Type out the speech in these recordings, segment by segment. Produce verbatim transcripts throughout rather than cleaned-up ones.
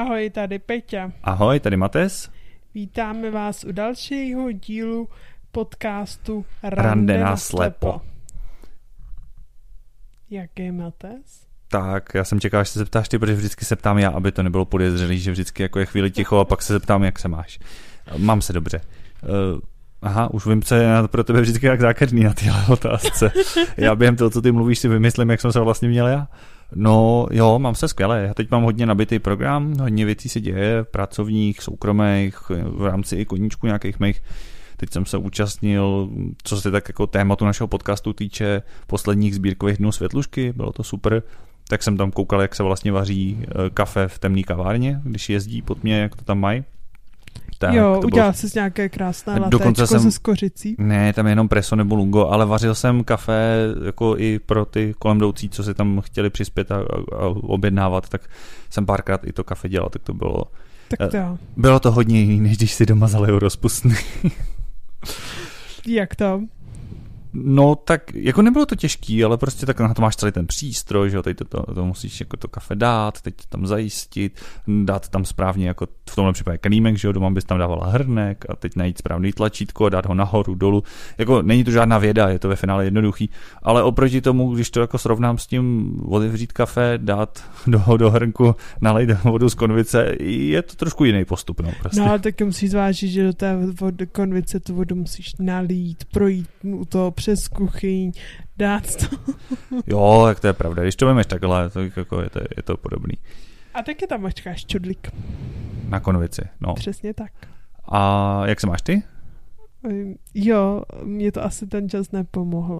Ahoj, tady Peťa. Ahoj, tady Mates. Vítáme vás u dalšího dílu podcastu Rande, Rande na na slepo. slepo. Jaký Mates? Tak, já jsem čekal, až se zeptáš ty, protože vždycky se ptám já, aby to nebylo podezřelý, že vždycky jako je chvíli ticho a pak se zeptám, jak se máš. Mám se dobře. Uh, aha, už vím, co je pro tebe vždycky jak zákeřný na téhle otázce. Já během toho, co ty mluvíš, si vymyslím, jak jsem se vlastně měl já. No jo, mám se skvěle. Já teď mám hodně nabitý program, hodně věcí se děje, pracovních, soukromých, v rámci i koníčku nějakých mých. Teď jsem se účastnil, co se tak jako tématu našeho podcastu týče, posledních sbírkových dnů Světlušky, bylo to super. Tak jsem tam koukal, jak se vlastně vaří kafe v temné kavárně, když jezdí pod mě, jak to tam mají. Tak, jo, udělal bylo... jsi nějaké krásné latéčko jsem... se skořicí. Ne, tam je jenom preso nebo lungo, ale vařil jsem kafe jako i pro ty kolem jdoucí, co si tam chtěli přispět a, a, a objednávat, tak jsem párkrát i to kafe dělal, tak to bylo... Tak to jo. Bylo to hodně jiný, než když si doma zalejou rozpustný. Jak to? No tak, jako nebylo to těžký, ale prostě tak na to máš celý ten přístroj, že jo, teď to, to, to musíš jako to kafe dát, teď to tam zajistit, dát tam správně, jako v tomhle případě klímek, že jo, doma bys tam dávala hrnek a teď najít správný tlačítko a dát ho nahoru, dolů. Jako není to žádná věda, je to ve finále jednoduchý, ale oproti tomu, když to jako srovnám s tím otevřít kafe, dát do, do hrnku, nalejt vodu z konvice, je to trošku jiný postup, no prostě. No ale taky musíš zvážit, že do té vody, konvice tu vodu musíš nalít, projít u toho přes kuchyň, dát to. Jo, tak to je pravda. Když to vemeš takhle, to jako je, to, je to podobný. A taky tam mačkáš čudlík. Na konvici, no. Přesně tak. A jak se máš ty? Jo, mě to asi ten čas nepomohl.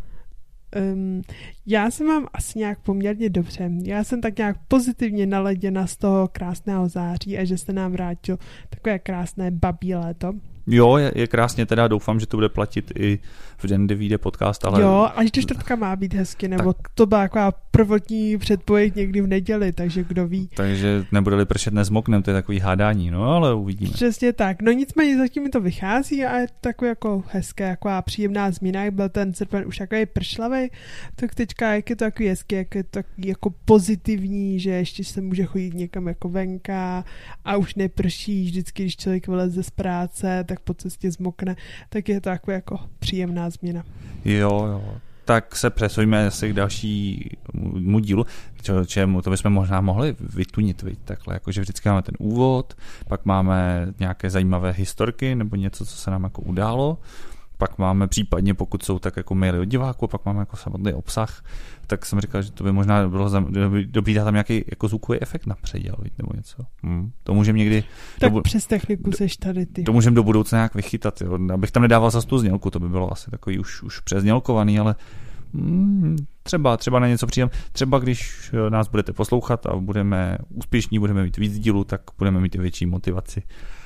Um, já se mám asi nějak poměrně dobře. Já jsem tak nějak pozitivně naladěna z toho krásného září a že se nám vrátil takové krásné babí léto. Jo, je, je krásně, teda doufám, že to bude platit i v den, kdy vyjde podcast, ale... Jo, až do čtvrtka má být hezky, nebo tak... to byla taková prvotní předpověď někdy v neděli, takže kdo ví. Takže nebude-li pršet, nezmoknem, to je takový hádání, no ale uvidíme. Přesně tak, no nicméně zatím mi to vychází a je to takové jako hezké, taková příjemná změna, jak byl ten srpen už takový pršlavej, tak teďka jak je to takový hezky, jak je to takový jako pozitivní, že ještě se může chodit někam jako venka a už neprší, vždycky, když člověk vyleze z práce, tak po cestě zmokne, tak je to jako, jako příjemná změna. Jo, jo. Tak se přesujme asi k dalšímu dílu, čemu to bychom možná mohli vytunit, viď, takhle, jakože vždycky máme ten úvod, pak máme nějaké zajímavé historky nebo něco, co se nám jako událo, pak máme případně, pokud jsou tak jako maily od diváků, pak máme jako samotný obsah, tak jsem říkal, že to by možná bylo dobrý dát tam nějaký jako zvukový efekt na předěl, nebo něco. Hmm. To můžeme někdy... Tak bu- přes techniku seš tady ty. To můžeme do budoucna nějak vychytat, jo. Abych tam nedával zase tu znělku, to by bylo asi takový už, už přeznělkovaný, ale hmm, třeba, třeba na něco přijím. Třeba když nás budete poslouchat a budeme úspěšní, budeme mít víc dílů, tak budeme mít i větší motivaci.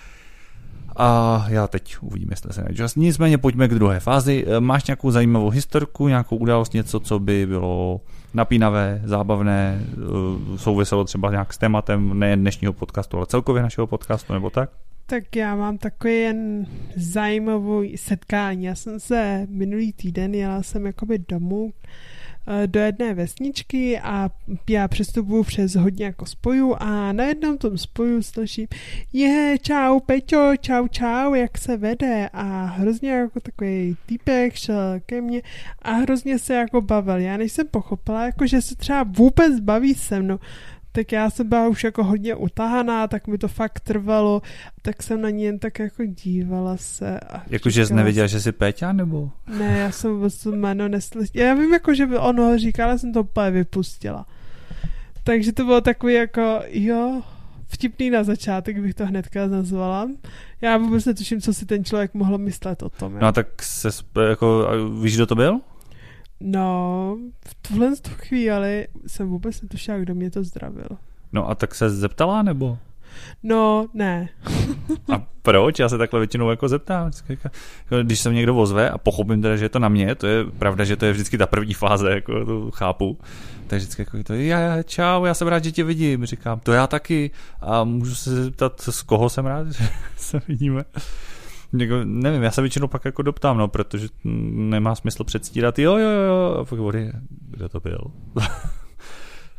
A já teď uvidím, jestli se najdu. Nicméně pojďme k druhé fázi. Máš nějakou zajímavou historku, nějakou událost, něco, co by bylo napínavé, zábavné, souviselo třeba nějak s tématem nejen dnešního podcastu, ale celkově našeho podcastu, nebo tak? Tak já mám takový jen zajímavou setkání. Já jsem se minulý týden jela jsem jakoby domů do jedné vesničky a já přestupuju přes hodně jako spojů a na jednom tom spoju slyším je, čau Peťo, čau, čau, jak se vede a hrozně jako takový týpek šel ke mně a hrozně se jako bavil. Já než jsem pochopila, jako že se třeba vůbec baví se mnou, tak já jsem byla už jako hodně utahaná, tak mi to fakt trvalo, tak jsem na ní jen tak jako dívala se. Jakože jsi nevěděla, že jsi Péťa, nebo? Ne, já jsem vůbec to jméno neslyšela. Já vím, jako, že by on ho říkal, ale jsem to úplně vypustila. Takže to bylo takový jako, jo, vtipný na začátek bych to hnedka nazvala. Já vůbec netuším, co si ten člověk mohl myslet o tom. No a tak se, jako, víš, kdo to byl? No, v tuhle chvíli jsem vůbec netušila, kdo mě to zdravil. No a tak se zeptala, nebo? No, ne. A proč? Já se takhle většinou jako zeptám. Když se mě někdo ozve a pochopím teda, že je to na mě, to je pravda, že to je vždycky ta první fáze, jako to chápu. Tak vždycky jako to, já, čau, já jsem rád, že tě vidím. Říkám, to já taky. A můžu se zeptat, z koho jsem rád, že se vidíme. Nevím, já se většinou pak jako doptám, no, protože nemá smysl předstírat, jo, jo, jo, a pak vody, kdo to byl?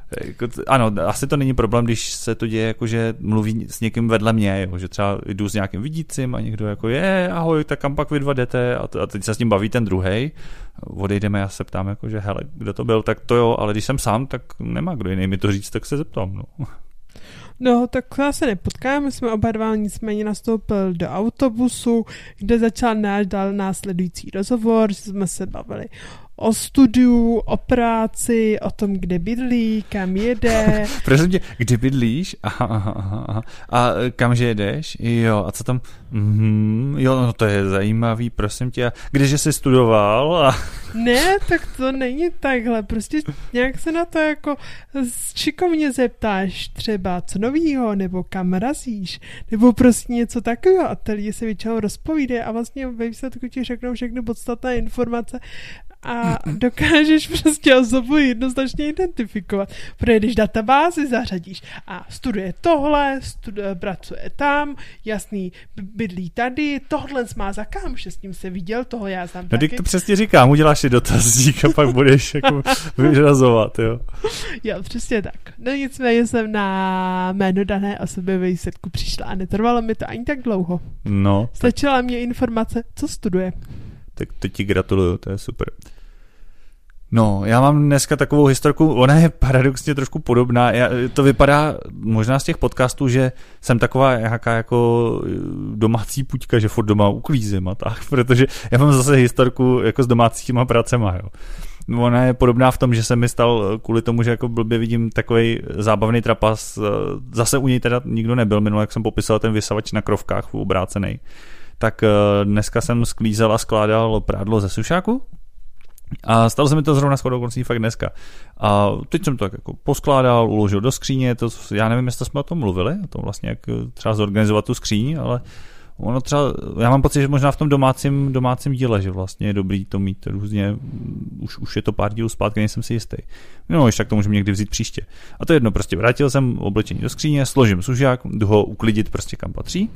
Jako, ano, asi to není problém, když se to děje, jako že mluví s někým vedle mě, jo, že třeba jdu s nějakým vidícím a někdo jako je, ahoj, tak kam pak vy dva jdete a, to, a teď se s ním baví ten druhej, odejdeme, já se ptám, jako, že hele, kdo to byl, tak to jo, ale když jsem sám, tak nemá kdo jiný mi to říct, tak se zeptám, no. No, tak se nepotkáme, jsme oba dva nicméně nastoupil do autobusu, kde začal náš dál následující rozhovor, že jsme se bavili o studiu, o práci, o tom, kde bydlí, kam jede. Prosím tě, kde bydlíš? Aha, aha, aha. A kamže jedeš? Jo, a co tam? Mm, jo, no to je zajímavý, prosím tě. A kdeže jsi studoval? A... Ne, tak to není takhle. Prostě nějak se na to jako šikovně zeptáš třeba co novýho, nebo kam razíš, nebo prostě něco takového. A ty lidi se většinou rozpovídají a vlastně ve výsledku ti řeknou všechny podstatné informace a dokážeš prostě osobu jednoznačně identifikovat. Protože když databázi zařadíš a studuje tohle, studuje, pracuje tam, jasný, bydlí tady, tohle má za kámoše, s tím se viděl, toho já znám no, taky. No to přesně říkám, uděláš si dotazník a pak budeš jako vyřazovat, jo. Jo, přesně tak. No nicméně jsem na jméno dané osoby ve výsledku přišla a netrvalo mi to ani tak dlouho. No. Stačila mě informace, co studuje. Tak to ti gratuluju, to je super. No, já mám dneska takovou historku, ona je paradoxně trošku podobná, já, to vypadá možná z těch podcastů, že jsem taková nějaká jako domácí puťka, že furt doma uklízím a tak, protože já mám zase historku jako s domácíma pracema, jo. Ona je podobná v tom, že se mi stal kvůli tomu, že jako blbě vidím takovej zábavný trapas, zase u něj teda nikdo nebyl, minule, jak jsem popisoval ten vysavač na krovkách obrácený, tak dneska jsem sklízel a skládal prádlo ze sušáku. A stalo se mi to zrovna shodou okolností fakt dneska. A teď jsem to tak jako poskládal, uložil do skříně, to, já nevím, jestli jsme o tom mluvili, o tom vlastně, jak třeba zorganizovat tu skříň, ale ono třeba, já mám pocit, že možná v tom domácím, domácím díle, že vlastně je dobrý to mít různě, už, už je to pár dílů zpátky, nejsem si jistý. No, ještě tak to můžeme někdy vzít příště. A to jedno, prostě vrátil jsem oblečení do skříně, složím sušák, jdu ho uklidit prostě kam patří.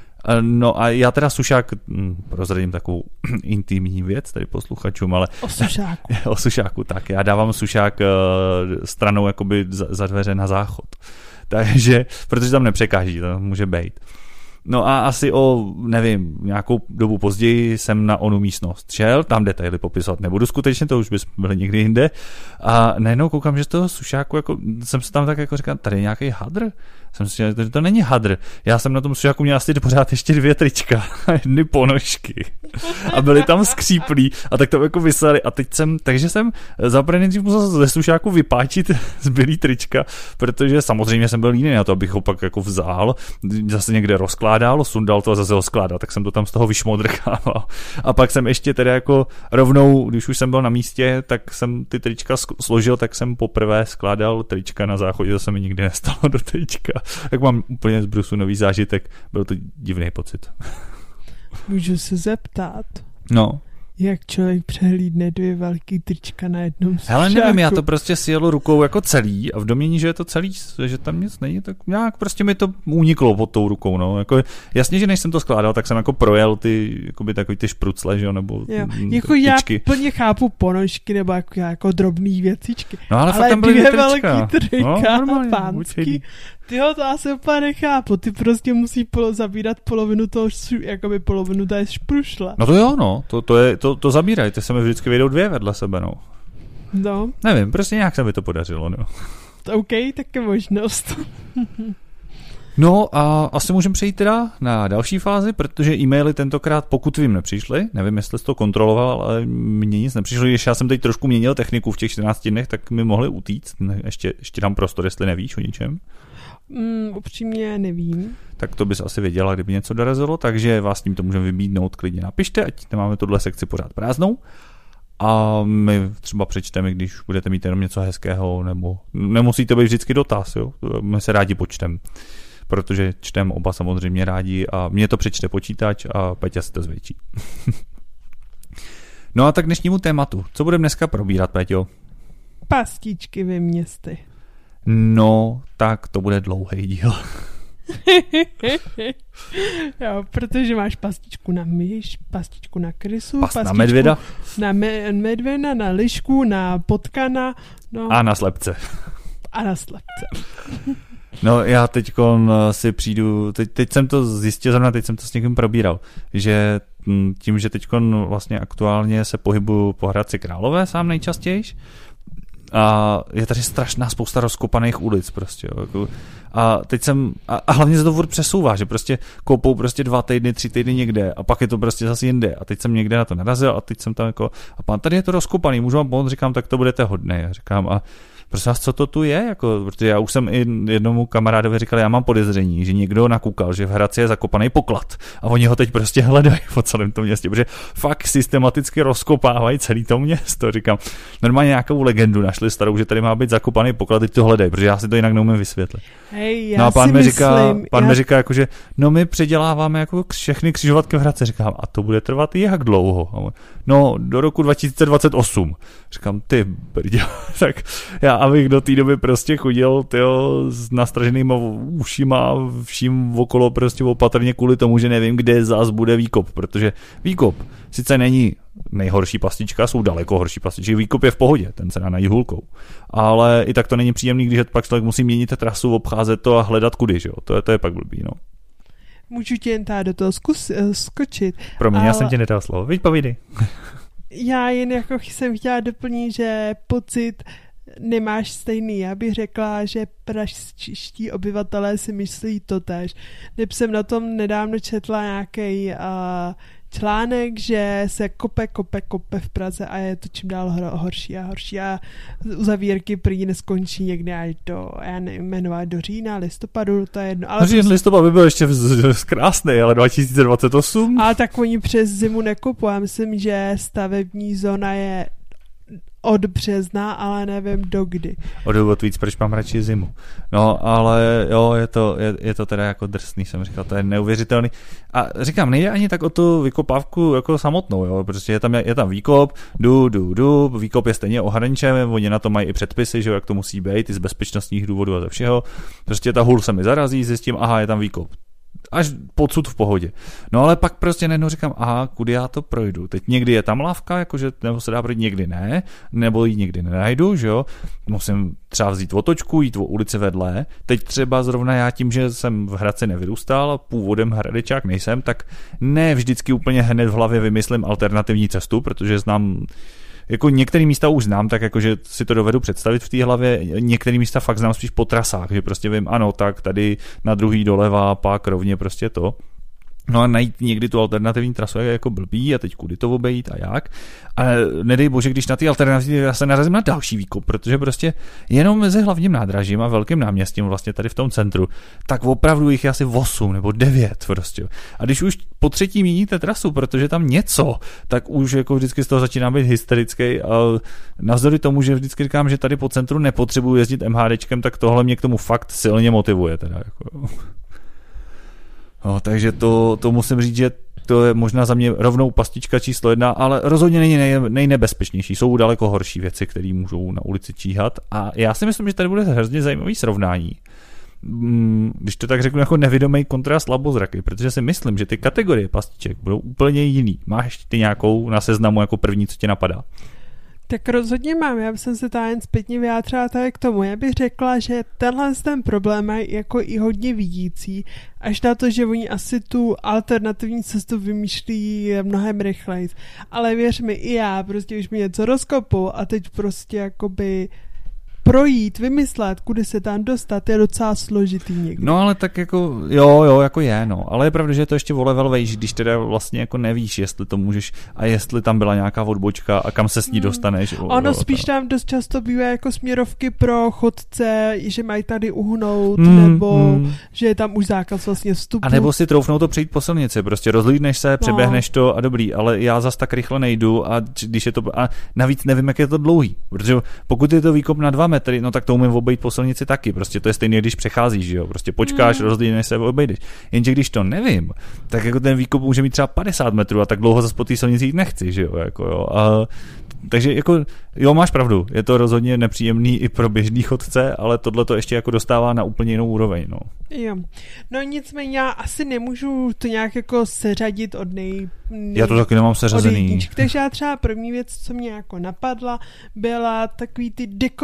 No a já teda sušák, prozradím takovou intimní věc tady posluchačům, ale... O sušáku. O sušáku, tak. Já dávám sušák stranou jakoby za, za dveře na záchod. Takže, protože tam nepřekáží, to může být. No a asi o, nevím, nějakou dobu později jsem na onu místnost šel, tam detaily popisovat nebudu skutečně, to už bys byli někdy jinde. A najednou koukám, že z toho sušáku, jako, jsem se tam tak jako říkal, tady je nějaký hadr? Jsem si říkal, že to není hadr. Já jsem na tom sušáku měl asi pořád ještě dvě trička a jedny ponožky. A byly tam skříplí a tak to jako vysely. A teď jsem, takže jsem zaprvé nejdřív musel ze sušáku vypáčit zbylý trička, protože samozřejmě jsem byl líný na to, abych ho pak jako vzal, zase někde rozkládal, sundal to a zase ho skládal, tak jsem to tam z toho vyšmodrkával. A pak jsem ještě teda jako rovnou, když už jsem byl na místě, tak jsem ty trička složil, tak jsem poprvé skládal trička na záchodě, to se mi nikdy nestalo do trička. Tak mám úplně z brusu nový zážitek, byl to divný pocit. Můžu se zeptat? No. Jak člověk přehlídne dvě velký trička na jednom sušáku? Hele, nevím, já to prostě sjelo rukou jako celý a v domění, že je to celý, že tam nic není, tak nějak prostě mi to uniklo pod tou rukou, no. Jako, jasně, že než jsem to skládal, tak jsem jako projel ty, jakoby takový ty šprucle, že jo, nebo jo, jako já plně chápu ponožky, nebo jako, jako drobný věcičky. No ale, ale fakt tam byly dvě trička. velký trika, no, pánský. Tyho, to asi úplně nechápu. Ty prostě musí polo, zabírat polovinu toho, jakoby polovinu té šprušle. No to jo, no. To, to, je, to, to zabírají. Ty se mi vždycky vejdou dvě vedle sebe, no. No. Nevím, prostě nějak se mi to podařilo, no. OK, tak je možnost. No a asi můžeme přejít teda na další fázi, protože e-maily tentokrát, pokud vím, nepřišly. Nevím, jestli jsi to kontroloval, ale mně nic nepřišlo. Když já jsem teď trošku měnil techniku v těch čtrnácti dnech, tak mi mohli utíct. Ještě, ještě dám prostor, jestli nevíš o ničem. Mm, upřímně nevím. Tak to bys asi věděla, kdyby něco dorazilo, takže vás tím to můžeme vybídnout, klidně napište, ať nemáme tuhle sekci pořád prázdnou. A my třeba přečteme, když budete mít jenom něco hezkého, nebo nemusí to být vždycky dotaz, jo? My se rádi počtem, protože čtem oba samozřejmě rádi a mě to přečte počítač a Peťa si to zvětší. No a tak dnešnímu tématu. Co budeme dneska probírat, Peťo? Pastičky ve městě. No, tak to bude dlouhý díl. Jo, protože máš pastičku na myš, pastičku na krysu, Past pastičku na medvěda, na me- medvěda, na lišku, na potkana. No. A na slepce. A na slepce. No já teďkon si přijdu, teď, teď jsem to zjistil, zrovna teď jsem to s někým probíral, že tím, že teďkon vlastně aktuálně se pohybuju po Hradci Králové sám nejčastěji, a je tady strašná spousta rozkopaných ulic prostě, jo, jako, a teď jsem, a, a hlavně se to furt přesouvá, že prostě koupou prostě dva týdny, tři týdny někde a pak je to prostě zase jinde a teď jsem někde na to narazil a teď jsem tam jako, a pán, tady je to rozkopaný, můžu vám pomoct, říkám, tak to budete hodnej, já říkám, a prosím vás, co to tu je, jako, protože já už jsem i jednomu kamarádovi říkal, já mám podezření, že někdo nakoukal, že v Hradci je zakopaný poklad a oni ho teď prostě hledají po celém tom městě, protože fakt systematicky rozkopávají celý to město, říkám, normálně nějakou legendu našli starou, že tady má být zakopaný poklad, teď to hledají, protože já si to jinak neumím vysvětlit. Hej, já no a pán si mi myslím, říká, pán já... mi říká, jakože, no my předěláváme jako všechny křižovatky v Hradci, říkám, a to bude trvat jak dlouho? No, do roku dva tisíce dvacet osm. Říkám, ty brďo, tak já, abych do té doby prostě chodil, tyjo, s nastraženýma ušima, vším okolo prostě opatrně kvůli tomu, že nevím, kde zás bude výkop, protože výkop sice není nejhorší pastička, jsou daleko horší pastičky, výkop je v pohodě, ten se dá najít hůlkou, ale i tak to není příjemný, když pak člověk musí měnit trasu, obcházet to a hledat kudy, že jo, to je, to je pak blbý, no. Můžu tě jen tady do toho zkus, uh, skočit. Promiň, ale... já jsem tě nedal slovo, víď povídej. Já jen jako jsem chtěla doplnit, že pocit nemáš stejný. Já bych řekla, že pražští obyvatelé si myslí totéž. Neb jsem na tom nedávno četla nějaký uh, článek, že se kope, kope, kope v Praze a je to čím dál hor- horší a horší a uzavírky prý neskončí někde až do, já nevím, jmenovat do října, listopadu, to je jedno. Ale Říjen, listopad by byl ještě krásný, ale dva tisíce dvacet osm? Ale tak oni přes zimu nekopou. Já myslím, že stavební zóna je od března, ale nevím do kdy. O důvod víc, proč mám radši zimu. No, ale jo, je to, je, je to teda jako drsný, jsem říkal, to je neuvěřitelný. A říkám, nejde ani tak o tu vykopávku jako samotnou, jo, protože je tam, je tam výkop, jdu, jdu, jdu, výkop je stejně ohraničen, oni na to mají i předpisy, že jo, jak to musí být, i z bezpečnostních důvodů a ze všeho. Prostě ta hůl se mi zarazí, zjistím, aha, je tam výkop. Až podsud v pohodě. No ale pak prostě najednou říkám, aha, kudy já to projdu. Teď někdy je tam lávka, jakože nebo se dá projít, někdy ne, nebo ji někdy nenajdu, že jo. Musím třeba vzít otočku, jít o ulici vedle. Teď třeba zrovna já tím, že jsem v Hradci nevyrůstal, původem hradečák nejsem, tak ne vždycky úplně hned v hlavě vymyslím alternativní cestu, protože znám jako některé místa už znám, tak jakože si to dovedu představit v té hlavě, některé místa fakt znám spíš po trasách, že prostě vím, ano, tak tady na druhý doleva, pak rovně prostě to. No a najít někdy tu alternativní trasu je jako blbý a teď kudy to obejít a jak. A nedej bože, když na ty alternativní já se narazím na další výkop, protože prostě jenom mezi hlavním nádražím a velkým náměstím vlastně tady v tom centru, tak opravdu jich je asi osm nebo devět prostě. A když už po třetí měníte trasu, protože tam něco, tak už jako vždycky z toho začíná být hysterický a navzdory tomu, že vždycky říkám, že tady po centru nepotřebuji jezdit MHDčkem, tak tohle mě k tomu fakt silně motivuje teda jako. No, takže to, to musím říct, že to je možná za mě rovnou pastička číslo jedna, ale rozhodně není nej, nejnebezpečnější. Jsou daleko horší věci, které můžou na ulici číhat a já si myslím, že tady bude hrozně zajímavý srovnání. Když to tak řeknu jako nevědomý kontra slabozraky, protože si myslím, že ty kategorie pastiček budou úplně jiný. Máš ty nějakou na seznamu jako první, co tě napadá? Tak rozhodně mám, já bych se tady jen zpětně vyjádřila tady k tomu. Já bych řekla, že tenhle ten problém je jako i hodně vidící, až na to, že oni asi tu alternativní cestu vymýšlí mnohem rychleji. Ale věř mi, i já prostě už mi něco rozkopou a teď prostě jakoby projít, vymyslet, kudy se tam dostat, je docela složitý někdy. No ale tak jako, jo, jo, jako je, no. Ale je pravda, že je to ještě o level vejš, když teda vlastně jako nevíš, jestli to můžeš a jestli tam byla nějaká odbočka a kam se s ní dostaneš. Hmm. Ono jo, spíš tam dost často bývá jako směrovky pro chodce, že mají tady uhnout, hmm, nebo hmm. že je tam už zákaz vlastně vstupu. A nebo si troufnou to přejít po silnici, prostě rozlídneš se, přeběhneš no. to a dobrý, ale já zas tak rychle nejdu a když je to, a navíc nevím, jak je to dlouhý, protože pokud je to výkop na dva metry, no tak to umím obejít po silnici taky, prostě to je stejně, když přecházíš, že jo, prostě počkáš, mm. rozlídneš se, obejdeš. Jenže když to nevím, tak jako ten výkop může mít třeba padesát metrů a tak dlouho zase po té silnici jít nechci, že jo, jako jo. A, takže jako, jo, máš pravdu, je to rozhodně nepříjemný i pro běžný chodce, ale tohle to ještě jako dostává na úplně jinou úroveň, no. Jo, no nicméně já asi nemůžu to nějak jako seřadit od nej... nej já to taky nemám seřazený. Takže já třeba první věc, co mě jako napadla, byla takový ty dekorativní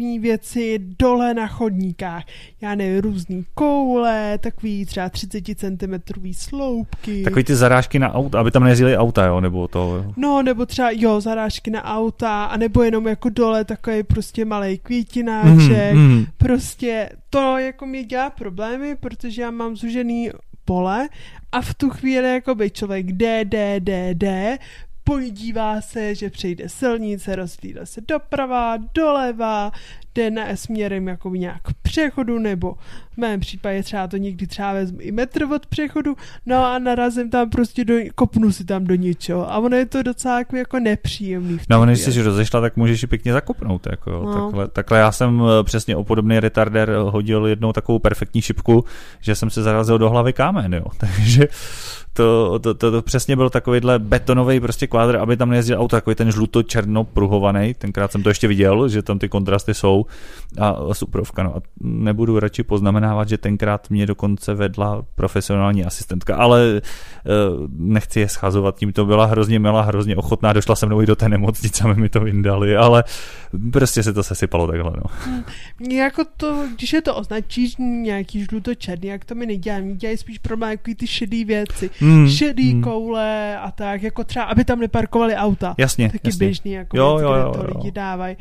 dekorativní věci dole na chodníkách. Já nevím, různý koule, takový třeba třicet centimetrů sloupky. Takový ty zarážky na auta, aby tam nejezdili auta, jo, nebo to. Jo. No, nebo třeba, jo, zarážky na auta, anebo jenom jako dole takový prostě malej květináček. Mm, mm. Prostě to jako mi dělá problémy, protože já mám zužený pole a v tu chvíli jakoby člověk jde, jde, jde, jde, podívá se, že přejde silnice, rozhlídá se doprava, doleva, jde na směrem jako nějak k přechodu, nebo v mém případě třeba to někdy třeba vezmu i metr od přechodu, no a narazím tam prostě, do, kopnu si tam do něčeho a ono je to docela jako, jako nepříjemný. No, když jsi rozešla, tak můžeš ji pěkně zakopnout. Jako, jo. No. Takhle, takhle já jsem přesně o podobný retarder hodil jednou takovou perfektní šipku, že jsem se zarazil do hlavy kámen, jo. Takže To, to, to, to přesně byl takovýhle betonový prostě kvádr, aby tam nejezdil auto, takový ten žluto-černo pruhovaný, tenkrát jsem to ještě viděl, že tam ty kontrasty jsou a suprovka, no a nebudu radši poznamenávat, že tenkrát mě dokonce vedla profesionální asistentka, ale uh, nechci je schazovat, tím to byla hrozně milá, hrozně ochotná, došla se mnou i do té nemocnice, aby mi to vyndali, ale prostě se to sesypalo takhle, no. Hmm, jako to, když je to označíš nějaký žluto-černý, jak to mi nedělá, mi dělají spíš problém jako ty šedý věci. Hmm, šedý hmm. koule a tak, jako třeba, aby tam neparkovali auta. Jasně, taky jasně. běžný, jako jo, věc, jo, kde jo, to jo. lidi dávají.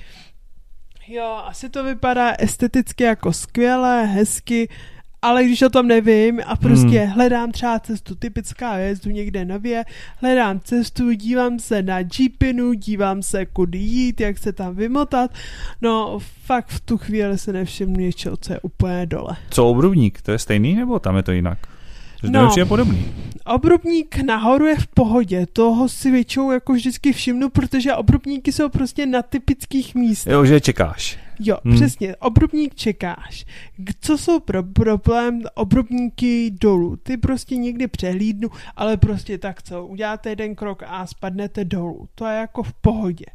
Jo, asi to vypadá esteticky jako skvěle, hezky, ale když o tom nevím a prostě hmm. hledám třeba cestu, typická věc, jdu někde nově, hledám cestu, dívám se na Jeepinu, dívám se, kudy jít, jak se tam vymotat, no fakt v tu chvíli se nevšimnu něčeho, co je úplně dole. Co obrubník, to je stejný nebo tam je to jinak? No, je podobný. Obrubník nahoru je v pohodě, toho si většinou jako vždycky všimnu, protože obrubníky jsou prostě na typických místech. Jo, že čekáš. Jo, hmm. přesně, obrubník čekáš. Co jsou pro problém obrubníky dolů? Ty prostě někdy přehlídnu, ale prostě tak co, uděláte jeden krok a spadnete dolů. To je jako v pohodě.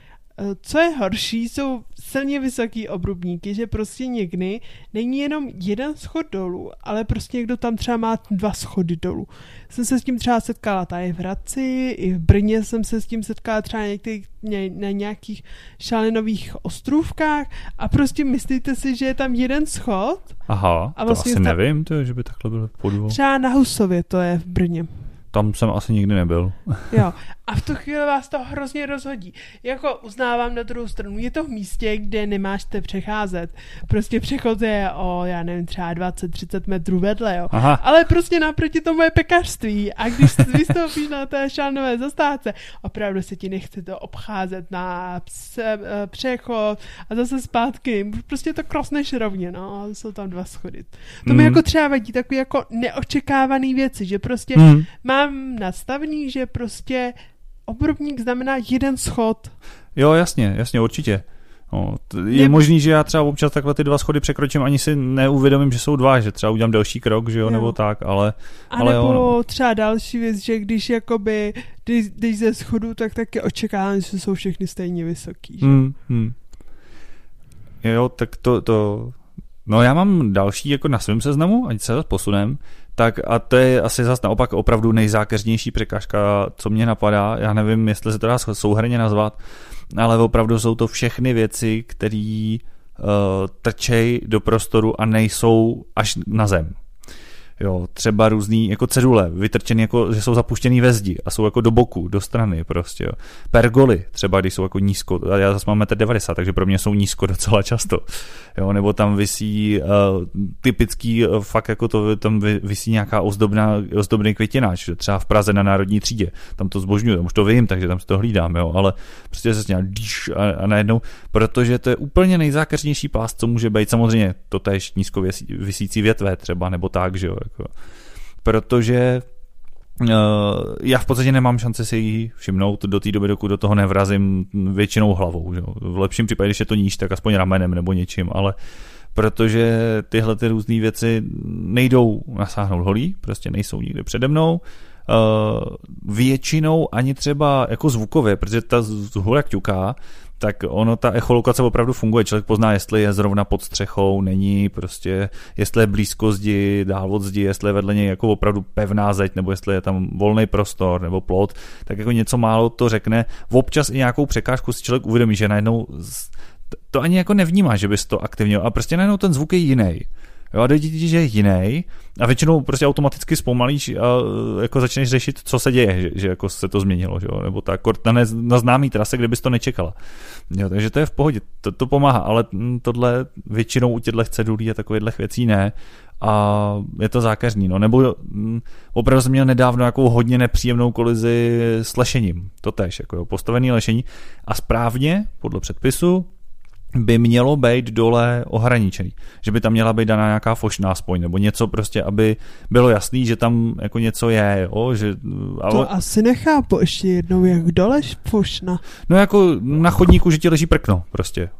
Co je horší, jsou silně vysoký obrubníky, že prostě někdy není jenom jeden schod dolů, ale prostě někdo tam třeba má dva schody dolů. Jsem se s tím třeba setkala tady v Hradci, i v Brně jsem se s tím setkala třeba některých, na nějakých šalenových ostrůvkách a prostě myslíte si, že je tam jeden schod? Aha, a vlastně to asi tam, nevím, to je, že by takhle bylo podvol. Třeba na Husově to je v Brně. Tam jsem asi nikdy nebyl. Jo. A v tu chvíli vás to hrozně rozhodí. Jako uznávám na druhou stranu, je to v místě, kde nemáš te přecházet. Prostě přechod je o, já nevím, třeba dvacet třicet metrů vedle, jo. Aha. Ale prostě naproti tomu je pekařství. A když vystoupíš na té šálnové zastávce, opravdu se ti nechce to obcházet na pse, přechod a zase zpátky. Prostě to krosneš rovně, no. Jsou tam dva schody. To mm. mi jako třeba vadí takový jako neočekávaný věci, že prostě mm. mám nastavený, že prostě obrubník znamená jeden schod. Jo, jasně, jasně, určitě. No, je ne... možný, že já třeba občas takhle ty dva schody překročím, ani si neuvědomím, že jsou dva, že třeba udělám delší krok, že jo, jo. nebo tak, ale... A ale nebo jo, no. třeba další věc, že když jakoby, když, když ze schodu, tak taky očekávám, že jsou všechny stejně vysoký. Že? Hmm, hmm. Jo, tak to, to... No já mám další jako na svém seznamu, ať se posunem, tak a to je asi zase naopak opravdu nejzákeřnější překážka, co mě napadá. Já nevím, jestli se to dá souhrnně nazvat, ale opravdu jsou to všechny věci, které uh, trčej do prostoru a nejsou až na zem. Jo, třeba různý jako cedule, vytrčený jako, že jsou zapuštěný ve zdi a jsou jako do boku, do strany prostě, jo. Pergoly, třeba když jsou jako nízko, a já zase mám metr devadesát, takže pro mě jsou nízko docela často, jo, nebo tam visí uh, typický, uh, fakt jako to, tam visí nějaká ozdobná, ozdobný květináč, třeba v Praze na Národní třídě, tam to zbožňuju, tam už to vím, takže tam si to hlídám, jo, ale prostě se nějak díš a, a najednou, protože to je úplně nejzákeřnější pás, co může být, samozřejmě to též nízko visící větve třeba, nebo tak, že jo, jako, protože uh, já v podstatě nemám šanci si ji všimnout do té doby, dokud do toho nevrazím většinou hlavou. Že? V lepším případě, když je to níž, tak aspoň ramenem nebo něčím, ale protože tyhle ty různé věci nejdou nasáhnout holí, prostě nejsou nikde přede mnou, uh, většinou ani třeba jako zvukově, protože ta hůra ťuká, tak ono, ta echolokace opravdu funguje. Člověk pozná, jestli je zrovna pod střechou, není, prostě, jestli je blízko zdi, dál od zdi, jestli je vedle něj jako opravdu pevná zeď, nebo jestli je tam volný prostor, nebo plot, tak jako něco málo to řekne. Občas i nějakou překážku si člověk uvědomí, že najednou to ani jako nevnímáš, že bys to aktivně, a prostě najednou ten zvuk je jiný. Jo, a dojde ti, že je jiný a většinou prostě automaticky zpomalíš a jako začneš řešit, co se děje, že, že jako se to změnilo, že jo, nebo tak na, ne, na známý trase, kde bys to nečekala. Jo, takže to je v pohodě, to, to pomáhá, ale tohle většinou u těchto cedulí a takovýchhle věcí ne a je to zákeřný, no, nebo m, opravdu jsem měl nedávno nějakou hodně nepříjemnou kolizi s lešením, to též, jako jo, postavený lešení a správně, podle předpisu, by mělo být dole ohraničený. Že by tam měla být daná nějaká fošna aspoň, nebo něco prostě, aby bylo jasný, že tam jako něco je. Jo? Že, ale... To asi nechápu ještě jednou, jak dole fošna. No jako na chodníku, že ti leží prkno prostě.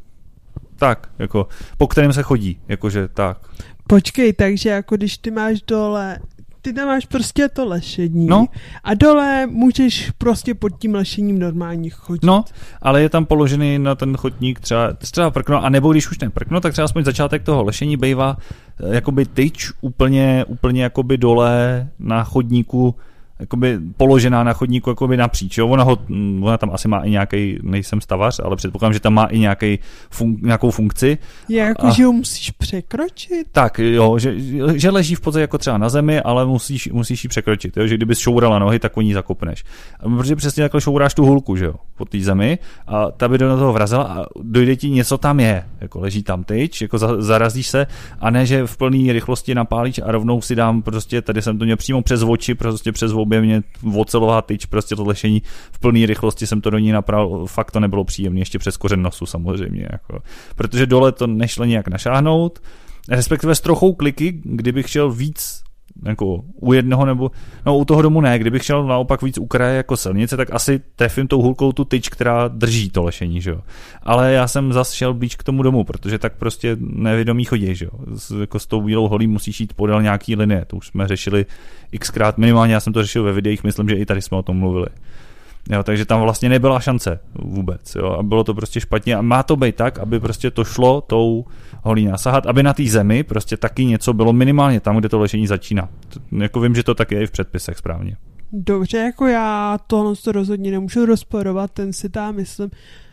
Tak, jako po kterém se chodí, jakože tak. Počkej, takže jako když ty máš dole... Ty tam máš prostě to lešení no. a dole můžeš prostě pod tím lešením normálně chodit. No, ale je tam položený na ten chodník třeba, třeba prkno, a nebo když už ne prkno, tak třeba aspoň začátek toho lešení bývá jakoby tyč úplně, úplně jakoby dole na chodníku, jakoby položená na chodníku jakoby napříč. Jo? Ona, ho, ona tam asi má i nějaký, nejsem stavař, ale předpokládám, že tam má i nějaký fun, nějakou funkci. Je jako, a, že ho musíš překročit? Tak, jo, že, že leží v podstatě jako třeba na zemi, ale musíš, musíš ji překročit. Jo? Že kdybys šourala nohy, tak o ní zakopneš. Protože přesně takhle šouráš tu hulku, že jo, po té zemi a ta by do toho vrazila a dojde ti něco tam je. Jako leží tam tyč, jako za, zarazíš se a ne, že v plné rychlosti napálíš a rovnou si dám prostě, tady jsem to měl přímo přes oči, prostě přes obě mě ocelová tyč, prostě to lešení v plné rychlosti jsem to do ní napravil, fakt to nebylo příjemné, ještě přes kořen nosu samozřejmě, jako. Protože dole to nešlo nějak našáhnout, respektive s trochou kliky, kdybych šel víc jako u jednoho nebo no u toho domu ne, kdybych šel naopak víc u kraje jako silnice, tak asi trefím tou hulkou tu tyč, která drží to lešení, že jo. Ale já jsem zas šel blíž k tomu domu, protože tak prostě nevědomí chodí, že jo. S, jako s tou bílou holí musíš jít podél nějaký linie, to už jsme řešili xkrát, minimálně já jsem to řešil ve videích, myslím, že i tady jsme o tom mluvili. Jo, takže tam vlastně nebyla šance vůbec, jo, a bylo to prostě špatně a má to být tak, aby prostě to šlo tou holí nasahat, aby na té zemi prostě taky něco bylo minimálně tam, kde to lešení začíná. Jako vím, že to tak je i v předpisech správně. Dobře, jako já tohle to rozhodně nemůžu rozporovat, ten si tam myslím,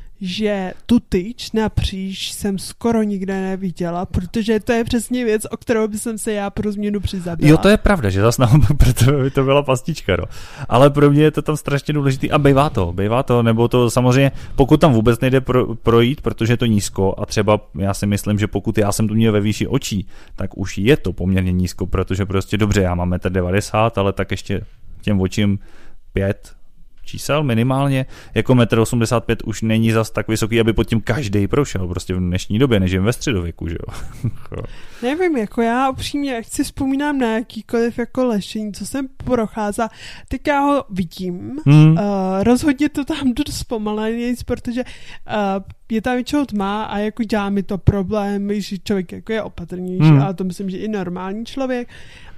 že tu tyč napříč jsem skoro nikde neviděla, protože to je přesně věc, o kterou by jsem se já pro změnu přizabila. Jo, to je pravda, že zase naopak pro tebe by to byla pastička, no. Ale pro mě je to tam strašně důležitý a bývá to, bývá to, nebo to samozřejmě, pokud tam vůbec nejde pro, projít, protože je to nízko a třeba já si myslím, že pokud já jsem tu měl ve výši očí, tak už je to poměrně nízko, protože prostě dobře, já mám metr devadesát, ale tak ještě těm očím pět čísel minimálně, jako metr osmdesát pět už není zas tak vysoký, aby pod tím každej prošel, prostě v dnešní době, než jen ve středověku, že jo. Nevím, jako já upřímně, jak si vzpomínám na jakýkoliv jako lešení, co jsem procházela, tak já ho vidím, hmm. uh, rozhodně to tam jdu zpomaleně, protože uh, je tam většinou tma a jako dělá mi to problém, že člověk jako je opatrnější, hmm. a to myslím, že i normální člověk.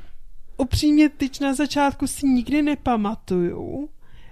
Upřímně teď na začátku si nikdy nepamatuju,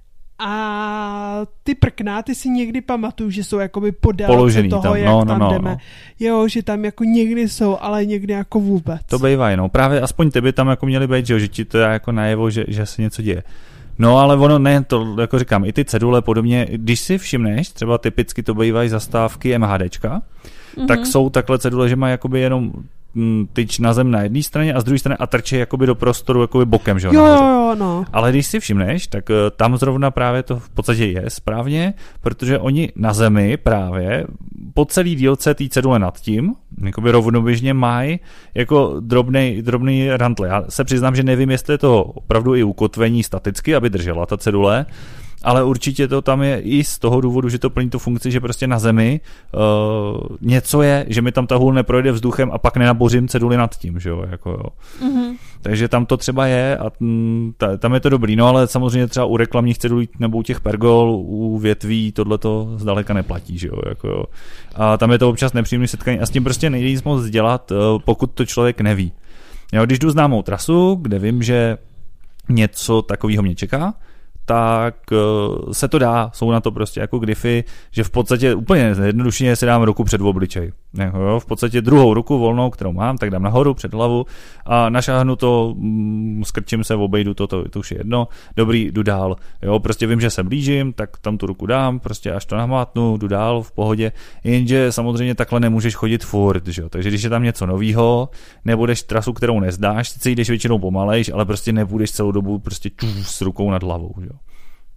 a ty prkna, ty si někdy pamatuju, že jsou jakoby podél toho, tam, jak no, tam no, jdeme. No. Jo, že tam jako někdy jsou, ale někdy jako vůbec. To bývají, no. Právě aspoň ty by tam jako měly být, že, že ti to je jako najevo, že, že se něco děje. No, ale ono ne, to jako říkám, i ty cedule podobně, když si všimneš, třeba typicky to bývají zastávky MHDčka, mm-hmm. tak jsou takhle cedule, že mají jakoby jenom tyč na zem na jedné straně a z druhé strany a trčí jakoby do prostoru jakoby bokem, že jo, jo, no. Ale když si všimneš, tak tam zrovna právě to v podstatě je správně, protože oni na zemi právě po celý dílce té cedule nad tím, jakoby rovnoběžně mají jako drobnej, drobný rantle. Já se přiznám, že nevím, jestli je to opravdu i ukotvení staticky, aby držela ta cedule, ale určitě to tam je i z toho důvodu, že to plní tu funkci, že prostě na zemi uh, něco je, že mi tam ta hůl neprojde vzduchem a pak nenabořím ceduli nad tím, že jo, jako jo. Mm-hmm. Takže tam to třeba je a t- tam je to dobrý, no ale samozřejmě třeba u reklamních cedulí nebo u těch pergol, u větví tohle to zdaleka neplatí, že jo, jako jo. A tam je to občas nepříjemné setkání a s tím prostě nejde nic moc dělat, uh, pokud to člověk neví. Jo, když jdu známou trasu, kde vím, že něco takového mě čeká, tak uh, se to dá, jsou na to prostě jako grify, že v podstatě úplně jednodušeně si dám ruku před obličej. Jo, v podstatě druhou ruku volnou, kterou mám, tak dám nahoru před hlavu a našáhnu to, mm, skrčím se, obejdu to, to, to už je jedno, dobrý, jdu dál. Jo, prostě vím, že se blížím, tak tam tu ruku dám, prostě až to namátnu, jdu dál v pohodě, jenže samozřejmě takhle nemůžeš chodit furt, že jo, takže když je tam něco novýho, nebudeš trasu, kterou nezdáš, sice jdeš většinou pomalejš, ale prostě nebudeš celou dobu prostě čuf, s rukou nad hlavou, že jo.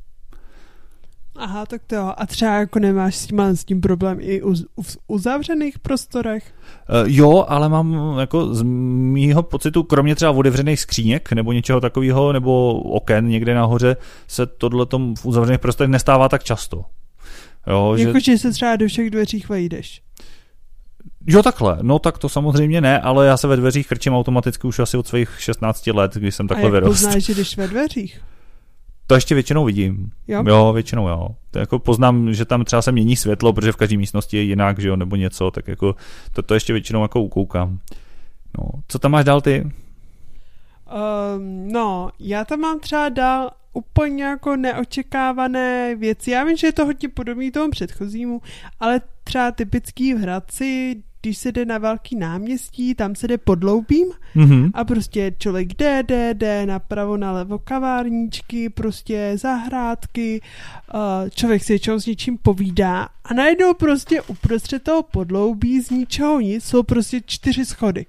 Aha, tak to jo. A třeba jako nemáš s tím, s tím problém i u, u, v uzavřených prostorech? Uh, jo, ale mám jako z mýho pocitu, kromě třeba otevřených skříněk nebo něčeho takového, nebo oken někde nahoře, se tohletom v uzavřených prostorech nestává tak často. Jo, jako, že... že se třeba do všech dveřích vejdeš? Jo, takhle. No tak to samozřejmě ne, ale já se ve dveřích krčím automaticky už asi od svých šestnácti let, když jsem takhle vyrost. A jak poznáš, že jdeš ve dveřích? To ještě většinou vidím. Jo? Jo, většinou jo. To jako poznám, že tam třeba se mění světlo, protože v každé místnosti je jinak, že jo, nebo něco, tak jako to, to ještě většinou jako ukoukám. No, co tam máš dál ty? Um, no, já tam mám třeba dál úplně jako neočekávané věci. Já vím, že je to hodně podobný tomu předchozímu, ale třeba typický v Hradci, když se jde na velký náměstí, tam se jde podloubím mm-hmm. a prostě člověk jde, jde, jde napravo, nalevo kavárníčky, prostě zahrádky, člověk si většinou s něčím povídá a najednou prostě uprostřed toho podloubí z ničeho nic jsou prostě čtyři schody.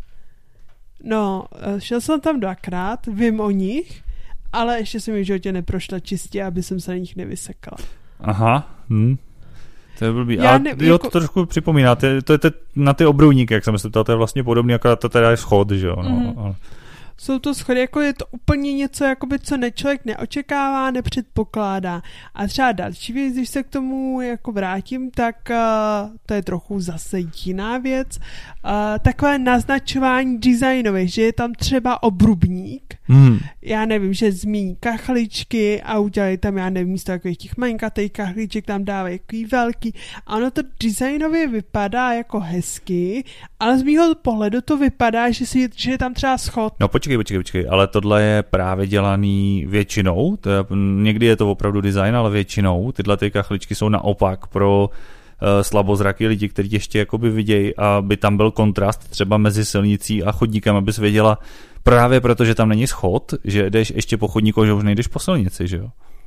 No, šel jsem tam dvakrát, vím o nich, ale ještě jsem v životě neprošla čistě, aby jsem se na nich nevysekala. Aha, hm. To je blbý. Já ale ne, jo, jako... to trošku připomíná. To je, to je te, na ty obrouníky, jak jsem se ptal, to je vlastně podobný, akorát to teda je schod, že jo. No, mm. ale... Jsou to schody, jako je to úplně něco, jakoby, co ne, člověk neočekává, nepředpokládá. A třeba další věc, když se k tomu jako vrátím, tak uh, to je trochu zase jiná věc. Uh, takové naznačování designové, že je tam třeba obrubník, mm. já nevím, že zmíní kachličky a udělají tam, já nevím, místo takových těch malinkatých kachliček tam dávají takový velký. A ono to designově vypadá jako hezky, ale z mýho pohledu to vypadá, že, si, že je tam třeba schod. No počkej, počkej, počkej, ale tohle je právě dělaný většinou, to je, někdy je to opravdu design, ale většinou tyhle ty kachličky jsou naopak pro uh, slabozraky lidi, kteří ještě jakoby vidějí, aby tam byl kontrast třeba mezi silnicí a chodníkem, abys věděla právě proto, že tam není schod, že jdeš ještě po chodníku, že už nejdeš po silnici, že jo?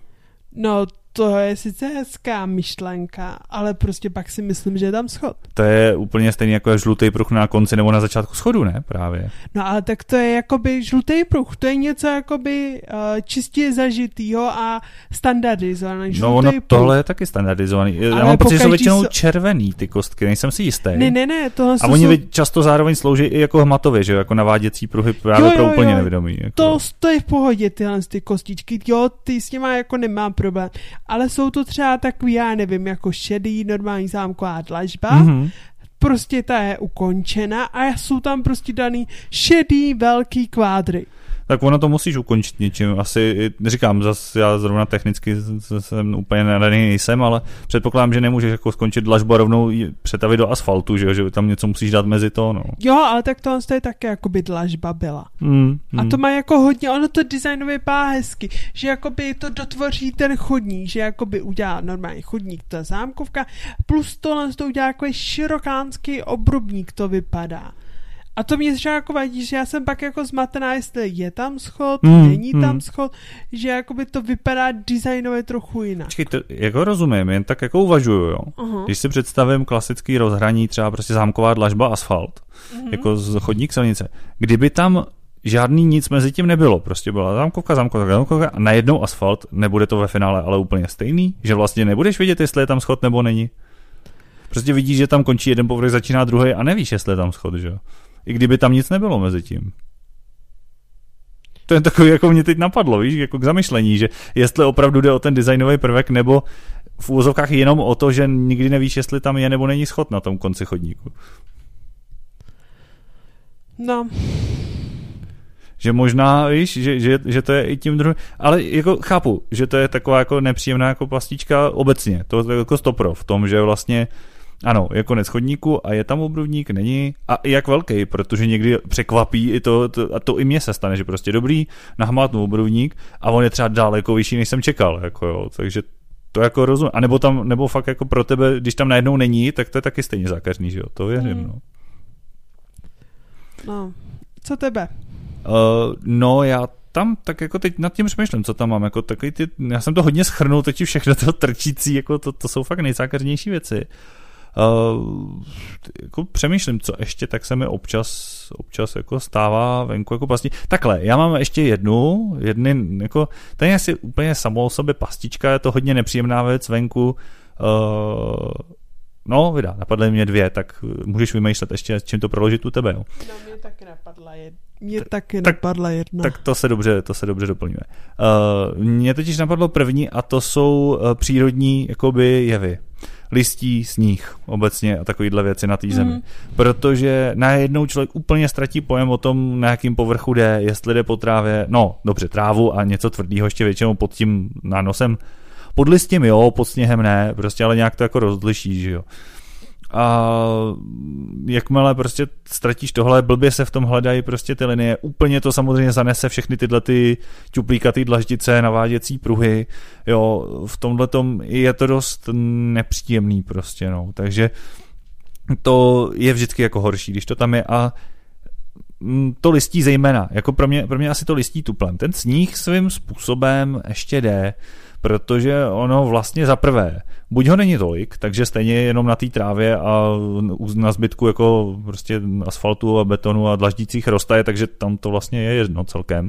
No, to je sice hezká myšlenka, ale prostě pak si myslím, že je tam schod. To je úplně stejný jako žlutý pruh na konci nebo na začátku schodu, ne? Právě. No ale tak to je jakoby žlutý pruh, to je něco jakoby uh, čistě zažitýho a standardizovaný. No ono tohle je taky standardizovaný. Ale já mám pocit, že jsou většinou so... červený ty kostky, nejsem si jistý. Ne, ne, ne. Tohle a oni jsou... často zároveň slouží i jako hmatově, že jo? Jako naváděcí pruhy právě jo, jo, pro úplně jo. nevědomí. Jako... To, to je v pohodě tyhle ty kostičky, jo, ty s nima jako nemám problém. Ale jsou to třeba takový, já nevím, jako šedý, normální zámková dlažba, mm-hmm. prostě ta je ukončena a jsou tam prostě daný šedý velký kvádry. Tak ono to musíš ukončit něčím. Asi, říkám, zase já zrovna technicky jsem úplně nadaný nejsem, ale předpokládám, že nemůžeš jako skončit dlažbu a rovnou přetavit do asfaltu, že, že tam něco musíš dát mezi to. No. Jo, ale tak tohle je také jakoby dlažba byla. Mm, mm. A to má jako hodně, ono to designově vypadá hezky, že jakoby to dotvoří ten chodník, že jakoby udělá normální chodník, ta zámkovka, plus tohle to udělá jako širokánský obrubník, to vypadá. A to mě třeba jako vadí, že já jsem pak jako zmatená, jestli je tam schod, mm, není tam mm. schod, že jakoby to vypadá designově trochu jinak. Počkej, to jako rozumím, jen tak jako uvažuju, jo. Uh-huh. Když si představím klasický rozhraní, třeba prostě zámková dlažba, asfalt, uh-huh. jako z chodník silnice, kdyby tam žádný nic mezi tím nebylo, prostě byla zámkovka, zámkovka, zámkovka a najednou asfalt, nebude to ve finále ale úplně stejný, že vlastně nebudeš vědět, jestli je tam schod nebo není. Prostě vidíš, že tam končí jeden povrch, začíná druhý a nevíš, jestli je tam schod, že jo. I kdyby tam nic nebylo mezi tím. To je takový, jako mě teď napadlo, víš, jako k zamyšlení, že jestli opravdu jde o ten designový prvek, nebo v úvozovkách jenom o to, že nikdy nevíš, jestli tam je nebo není schod na tom konci chodníku. No. Že možná, víš, že, že, že to je i tím druhým, ale jako chápu, že to je taková jako nepříjemná jako plastička obecně, to je jako stopro v tom, že vlastně Ano, je konec chodníku a je tam obrubník, není. A jak velký, protože někdy překvapí i to, to, a to i mně se stane, že prostě dobrý, nahmátnu obrubník a on je třeba daleko vyšší, než jsem čekal, jako jo, takže to jako rozumím. A nebo tam, nebo fakt jako pro tebe, když tam najednou není, tak to je taky stejně zákeřný, že jo, to věřím, hmm. no. No, co tebe? Uh, no, já tam tak jako teď nad tím přemýšlím, co tam mám, jako takový ty, já jsem to hodně schrnul, teď všechno to trčící, jako to, to jsou fakt nejzákeřnější věci. Uh, jako přemýšlím, co ještě tak se mi občas, občas jako stává venku jako pasti. Takhle, já mám ještě jednu, jedny, jako, to je asi úplně samo o sobě pastička, je to hodně nepříjemná věc venku. Uh, no, vydá, napadly mě dvě, tak můžeš vymýšlet ještě, čím to proložit u tebe. Jo. No, mě taky napadla jedna. Mě T- taky tak, napadla jedna. Tak to se dobře, to se dobře doplňuje. Uh, mě totiž napadlo první a to jsou uh, přírodní jakoby jevy. Listí, sníh obecně a takovýhle věci na té zemi. Mm. Protože najednou člověk úplně ztratí pojem o tom, na jakým povrchu jde, jestli jde po trávě, no dobře, trávu a něco tvrdého ještě většinou pod tím nánosem. Pod listím jo, pod sněhem ne, prostě ale nějak to jako rozliší, že jo. A jakmile prostě ztratíš tohle, blbě se v tom hledají prostě ty linie, úplně to samozřejmě zanese všechny tyhle ty ťuplíkatý dlaždice, naváděcí pruhy, jo, v tomhletom je to dost nepříjemný prostě, no, takže to je vždycky jako horší, když to tam je a to listí zejména, jako pro mě, pro mě asi to listí tuplem, ten sníh svým způsobem ještě jde, protože ono vlastně za prvé, buď ho není tolik, takže stejně jenom na té trávě a na zbytku jako prostě asfaltu a betonu a dlaždících roste, takže tam to vlastně je jedno celkem.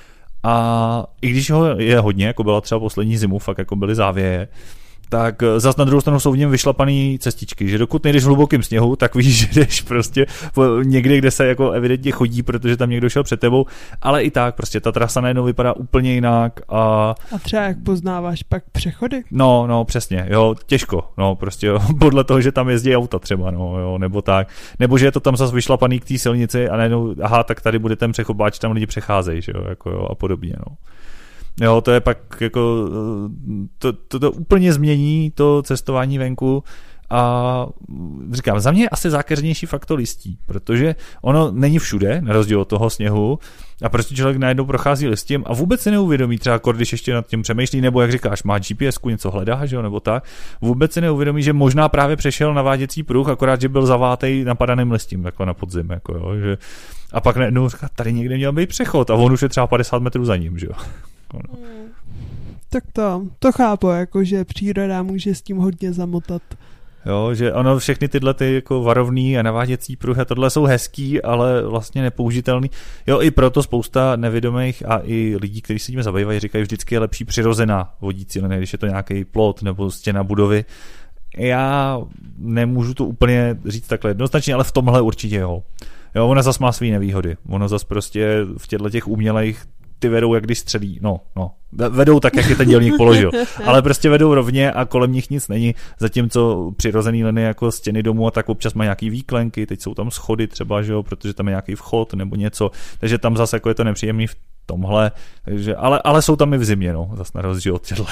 A i když ho je hodně, jako byla třeba poslední zimu, fakt jako byly závěje, tak zas na druhou stranu jsou v něm vyšlapaný cestičky, že dokud nejdeš v hlubokém sněhu, tak víš, že jdeš prostě někde, kde se jako evidentně chodí, protože tam někdo šel před tebou, ale i tak prostě ta trasa najednou vypadá úplně jinak a... A třeba jak poznáváš pak přechody? No, no, přesně, jo, těžko, no, prostě jo, podle toho, že tam jezdí auta třeba, no, jo, nebo tak, nebo že je to tam zas vyšlapaný k té silnici a najednou, aha, tak tady bude ten přechopáč, tam lidi přecházejí, že jo, jako jo, a podobně, no. Jo, to je pak jako, to, to, to úplně změní to cestování venku a říkám, za mě je asi zákeřnější fakt to listí, protože ono není všude, na rozdíl od toho sněhu a prostě člověk najednou prochází listím a vůbec si neuvědomí, třeba když ještě nad tím přemýšlí, nebo jak říkáš, má G P S ku, něco hledá, že jo, nebo tak, vůbec si neuvědomí, že možná právě přešel naváděcí pruh, akorát, že byl zavátej napadaným listím, jako na podzim, jako jo, že a pak najednou říká, tady někde měl být přechod a on už je třeba padesát metrů za ním, že jo. No. Hmm. Tak to, to chápu, jako, že příroda může s tím hodně zamotat. Jo, že ono všechny tyhle ty jako varovný a naváděcí pruhy, tohle jsou hezký, ale vlastně nepoužitelný. Jo, i proto spousta nevědomých a i lidí, kteří se tím zabývají, říkají, vždycky je lepší přirozená vodící linie, když je to nějaký plot nebo stěna budovy. Já nemůžu to úplně říct takhle jednoznačně, ale v tomhle určitě jo. Jo, ona zas má svý nevýhody. Ono zas prostě v těchto těch umělejch ty vedou, jak když střelí. No, no. Vedou tak, jak je ten dělník položil. Ale prostě vedou rovně a kolem nich nic není. Zatímco přirozený linie jako stěny domů a tak občas mají nějaký výklenky, teď jsou tam schody třeba, že jo, protože tam je nějaký vchod nebo něco. Takže tam zase jako je to nepříjemný v tomhle. Takže, ale, ale jsou tam i v zimě, no. Zase na rozdíl od těchto.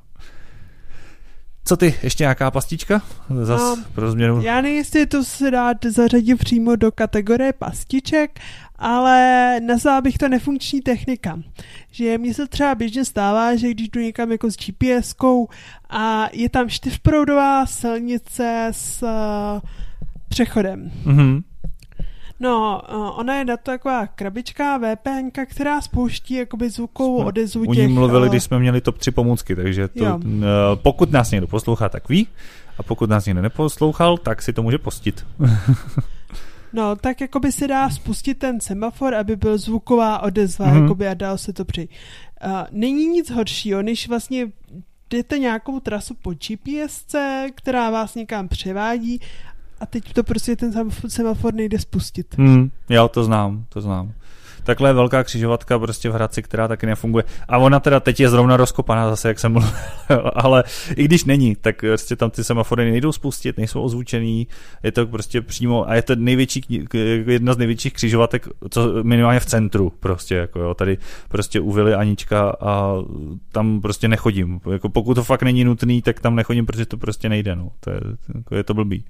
Co ty? Ještě nějaká pastička? Zas no, pro změnu. Já nevím, jestli to se dá zařadit přímo do kategorie pastiček, ale nazvala bych to nefunkční technika. Že mně se třeba běžně stává, že když jdu někam jako s GPSkou a je tam čtyřproudová silnice s uh, přechodem. Mhm. No, ona je na to taková krabička, VPNka, která spouští jakoby zvukovou odezvu těch... U ní mluvili, když jsme měli top tři pomůcky, takže to, uh, pokud nás někdo poslouchá, tak ví, a pokud nás někdo neposlouchal, tak si to může pustit. No, tak jakoby se dá spustit ten semafor, aby byl zvuková odezva, mm-hmm. jakoby a dál se to přijít. Uh, není nic horšího, než vlastně jdete nějakou trasu po GPSce, která vás někam převádí a teď to prostě ten semafor nejde spustit. Hmm, jo, to znám, to znám. takhle velká křižovatka prostě v Hradci, která taky nefunguje. A ona teda teď je zrovna rozkopaná zase, jak jsem mluvil, ale i když není, tak prostě tam ty semafory nejdou spustit, nejsou ozvučený, je to prostě přímo a je to největší, jedna z největších křižovatek, co minimálně v centru prostě, jako jo, tady prostě u Vily Anička a tam prostě nechodím. Jako pokud to fakt není nutný, tak tam nechodím, protože to prostě nejde, no. To je, jako je to blbý.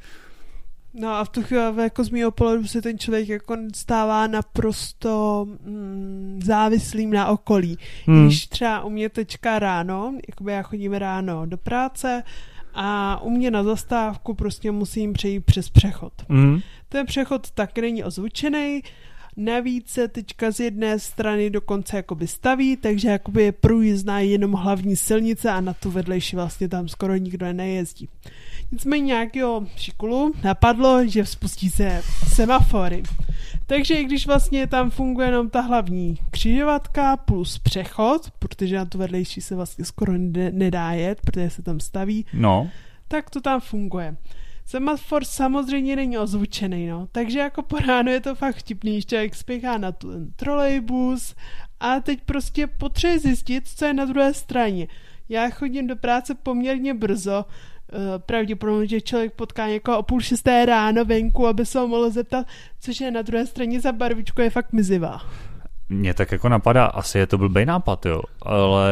No a v tu chvíli jako z mýho pohledu se ten člověk jako stává naprosto mm, závislým na okolí. Hmm. Když třeba u mě teďka ráno, jakoby já chodím ráno do práce a u mě na zastávku prostě musím přejít přes přechod. Hmm. Ten přechod taky není ozvučený, navíc se teďka z jedné strany dokonce jakoby staví, takže jakoby je průjezdná jenom hlavní silnice a na tu vedlejší vlastně tam skoro nikdo nejezdí. Nicméně nějakého šikulu napadlo, že spustí se semafory. Takže i když vlastně tam funguje jenom ta hlavní křižovatka plus přechod, protože na tu vedlejší se vlastně skoro nedá jet, protože se tam staví, no. Tak to tam funguje. Semafor samozřejmě není ozvučený, no. Takže jako po ránu je to fakt vtipný, že člověk spěchá na ten trolejbus a teď prostě potřebuje zjistit, co je na druhé straně. Já chodím do práce poměrně brzo, pravděpodobně, že člověk potká někoho o půl šesté ráno venku, aby se ho mohl zeptat, což je na druhé straně za barvičku, je fakt mizivá. Mně tak jako napadá, asi je to blbej nápad, jo, ale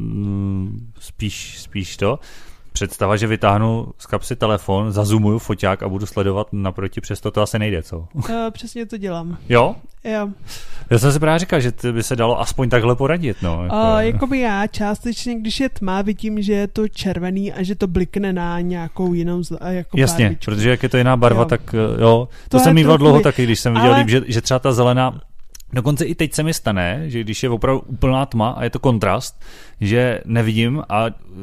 mm, spíš, spíš to, představa, že vytáhnu z kapsy telefon, zazumuju foťák a budu sledovat naproti, přesto to asi nejde, co? Uh, přesně to dělám. Jo? Jo. Já jsem si právě říkal, že by se dalo aspoň takhle poradit, no. Jako... Uh, jakoby já částečně, když je tma, vidím, že je to červený a že to blikne na nějakou jinou jako jasně, barvičku. Protože jak je to jiná barva, jo. tak jo. To, to jsem mýval dlouho taky, když jsem viděl ale... líp, že, že třeba ta zelená. Dokonce i teď se mi stane, že když je opravdu úplná tma a je to kontrast, že nevidím a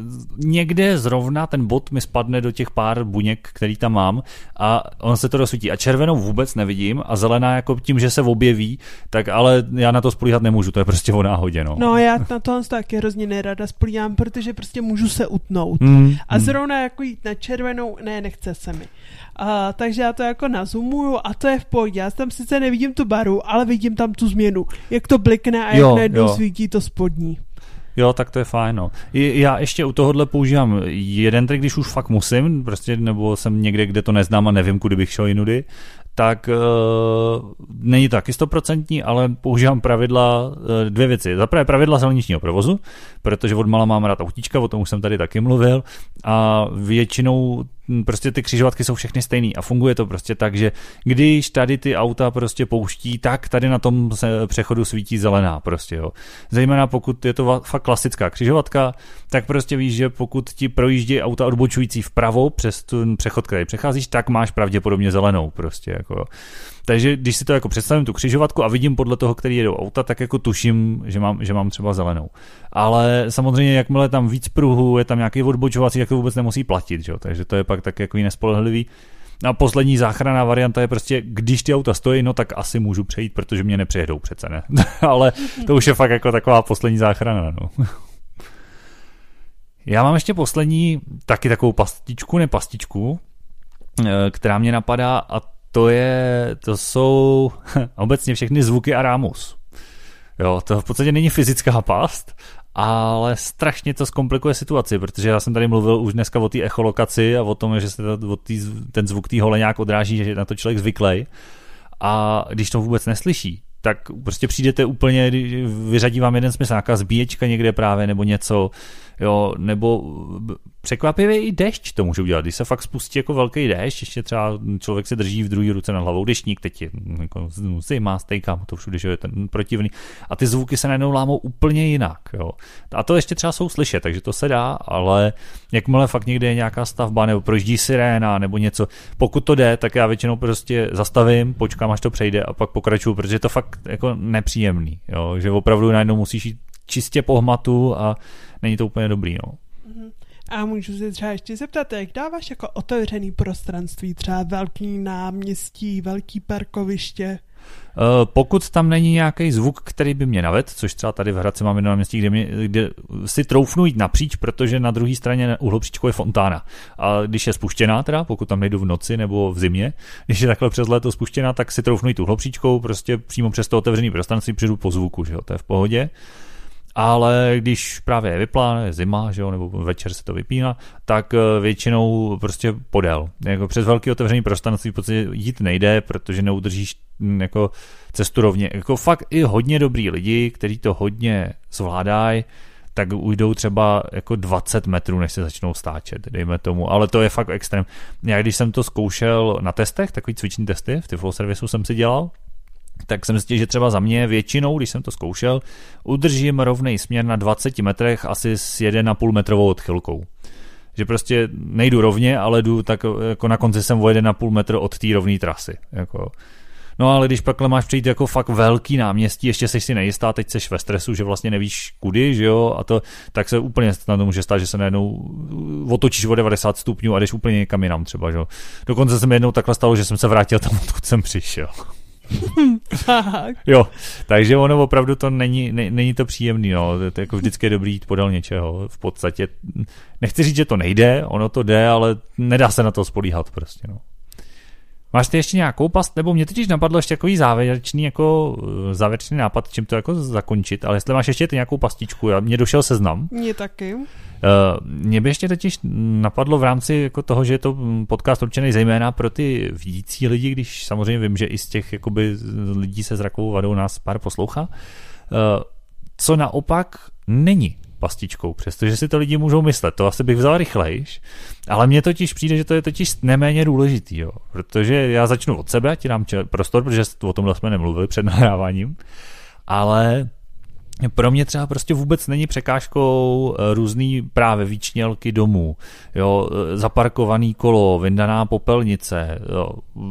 někde zrovna ten bod mi spadne do těch pár buněk, který tam mám a on se to rozsvítí. A červenou vůbec nevidím a zelená jako tím, že se objeví, tak ale já na to spolíhat nemůžu, to je prostě o náhodě. No, no já na to taky hrozně nerada spolíhám, protože prostě můžu se utnout. Mm, a zrovna jako jít na červenou, ne, nechce se mi. Uh, takže já to jako nazumuju a to je v pohodě. Já tam sice nevidím tu baru, ale vidím tam tu změnu. Jak to blikne a jo, jak najednou svítí to spodní. Jo, tak to je fajn, no. Já ještě u tohohle používám jeden trik, když už fakt musím, prostě, nebo jsem někde, kde to neznám a nevím, kudy bych šel jinudy, tak uh, není to taky stoprocentní, ale používám pravidla, uh, dvě věci. Za prvé pravidla silničního provozu, protože odmala mám rád autíčka, o tom už jsem tady taky mluvil, a většinou prostě ty křižovatky jsou všechny stejný a funguje to prostě tak, že když tady ty auta prostě pouští, tak tady na tom přechodu svítí zelená prostě, jo. Zejména pokud je to fakt klasická křižovatka, tak prostě víš, že pokud ti projíždí auta odbočující vpravo přes ten přechod, který přecházíš, tak máš pravděpodobně zelenou prostě, jako jo. Takže když si to jako představím tu křižovatku a vidím podle toho, který jedou auta, tak jako tuším, že mám, že mám třeba zelenou. Ale samozřejmě, jakmile tam víc pruhů, je tam nějaký odbočovací, tak to vůbec nemusí platit, že? Takže to je pak tak jako nespolehlivý. A poslední záchranná varianta je prostě, když ty auta stojí, no tak asi můžu přejít, protože mě nepřejedou přece, ne? Ale to už je fakt jako taková poslední záchrana, no. Já mám ještě poslední, taky takovou pastičku, ne pastičku, která mě napadá, a to je, to jsou obecně všechny zvuky a rámus. Jo, to v podstatě není fyzická past, ale strašně to zkomplikuje situaci, protože já jsem tady mluvil už dneska o té echolokaci a o tom, že se to, tý, ten zvuk té hole nějak odráží, že je na to člověk zvyklý. A když to vůbec neslyší, tak prostě přijdete úplně, vyřadí vám jeden smysl, nějaká zbíječka někde právě, nebo něco, jo, nebo překvapivě i déšť to může udělat, když se fakt spustí jako velký déšť, ještě třeba člověk se drží v druhé ruce nad hlavou deštník, teď je jako zima, stejká to všude, že je ten protivný, a ty zvuky se najednou lámou úplně jinak, jo. A to ještě třeba jsou slyšet, takže to se dá, ale jakmile fakt někde je nějaká stavba, nebo projíždí siréna, nebo něco, pokud to jde, tak já většinou prostě zastavím, počkám, až to přejde a pak pokračuju, protože je to fakt jako nepříjemný, jo, že opravdu najednou musíš jít čistě po hmatu a není to úplně dobrý, no. A můžu se třeba ještě zeptat, jak dáváš jako otevřený prostranství, třeba velký náměstí, velký parkoviště? Pokud tam není nějaký zvuk, který by mě navedl, což třeba tady v Hradci máme na městí, kde, mě, kde si troufnu jít napříč, protože na druhé straně u Hlubříčku je fontána. A když je spuštěná, teda, pokud tam nejdu v noci nebo v zimě, když je takhle přes léto spuštěná, tak si troufnu jít tu Hlubříčkou, prostě přímo přes to otevřené prostranství přijdu po zvuku, že jo, to je v pohodě. Ale když právě je vyplá, je zima, že jo, nebo večer se to vypíná, tak většinou prostě podél. Jako přes velký otevřený prostranství v podstatě jít nejde, protože neudržíš jako cestu rovně. Jako fakt i hodně dobrý lidi, kteří to hodně zvládají, tak ujdou třeba jako dvacet metrů, než se začnou stáčet, dejme tomu, ale to je fakt extrém. Já když jsem to zkoušel na testech, takový cviční testy, v Tiflo servisu jsem si dělal, tak jsem zjistil, že třeba za mě většinou, když jsem to zkoušel, udržím rovnej směr na dvaceti metrech asi s jedna a půl metrovou odchylkou. Že prostě nejdu rovně, ale jdu tak jako na konci jsem o jedna a půl metru od té rovné trasy. Jako. No ale když pak máš přijít jako fakt velký náměstí, ještě seš si nejistá, teď seš ve stresu, že vlastně nevíš kudy, že jo, a to, tak se úplně na to může stát, že se najednou otočíš o devadesát stupňů a jdeš úplně někam jinam třeba, že jo. Dokonce se mi jednou takhle stalo, že jsem se vrátil tam, odkud jsem přišel. Jo, takže ono opravdu to není, ne, není to příjemný, no. To je jako vždycky je dobrý jít podél něčeho. V podstatě, nechci říct, že to nejde, ono to jde, ale nedá se na to spolíhat prostě, no. Máš ty ještě nějakou past, nebo mě totiž napadlo ještě takový závěrečný, jako závěrečný nápad, čím to jako zakončit, ale jestli máš ještě ty nějakou pastičku, já, mě došel seznam. Mně taky. Uh, mě by ještě totiž napadlo v rámci jako toho, že je to podcast určený zejména pro ty vidící lidi, když samozřejmě vím, že i z těch jakoby, lidí se zrakovou vadou nás pár poslouchá, uh, co naopak není pastičkou, přestože si to lidi můžou myslet, to asi bych vzal rychlejš, ale mně totiž přijde, že to je totiž neméně důležitý, jo, protože já začnu od sebe, ti dám prostor, protože o tomhle jsme nemluvili před nahráváním, ale pro mě třeba prostě vůbec není překážkou různý právě výčnělky domů, jo, zaparkovaný kolo, vyndaná popelnice, jo,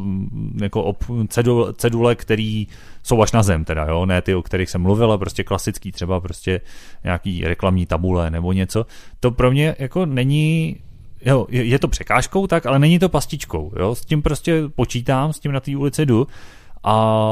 jako ob, cedule, cedule, který jsou až na zem teda, jo, ne ty, o kterých jsem mluvil, ale prostě klasický, třeba prostě nějaký reklamní tabule nebo něco. To pro mě jako není, jo, je to překážkou tak, ale není to pastičkou, jo, s tím prostě počítám, s tím na té ulici jdu a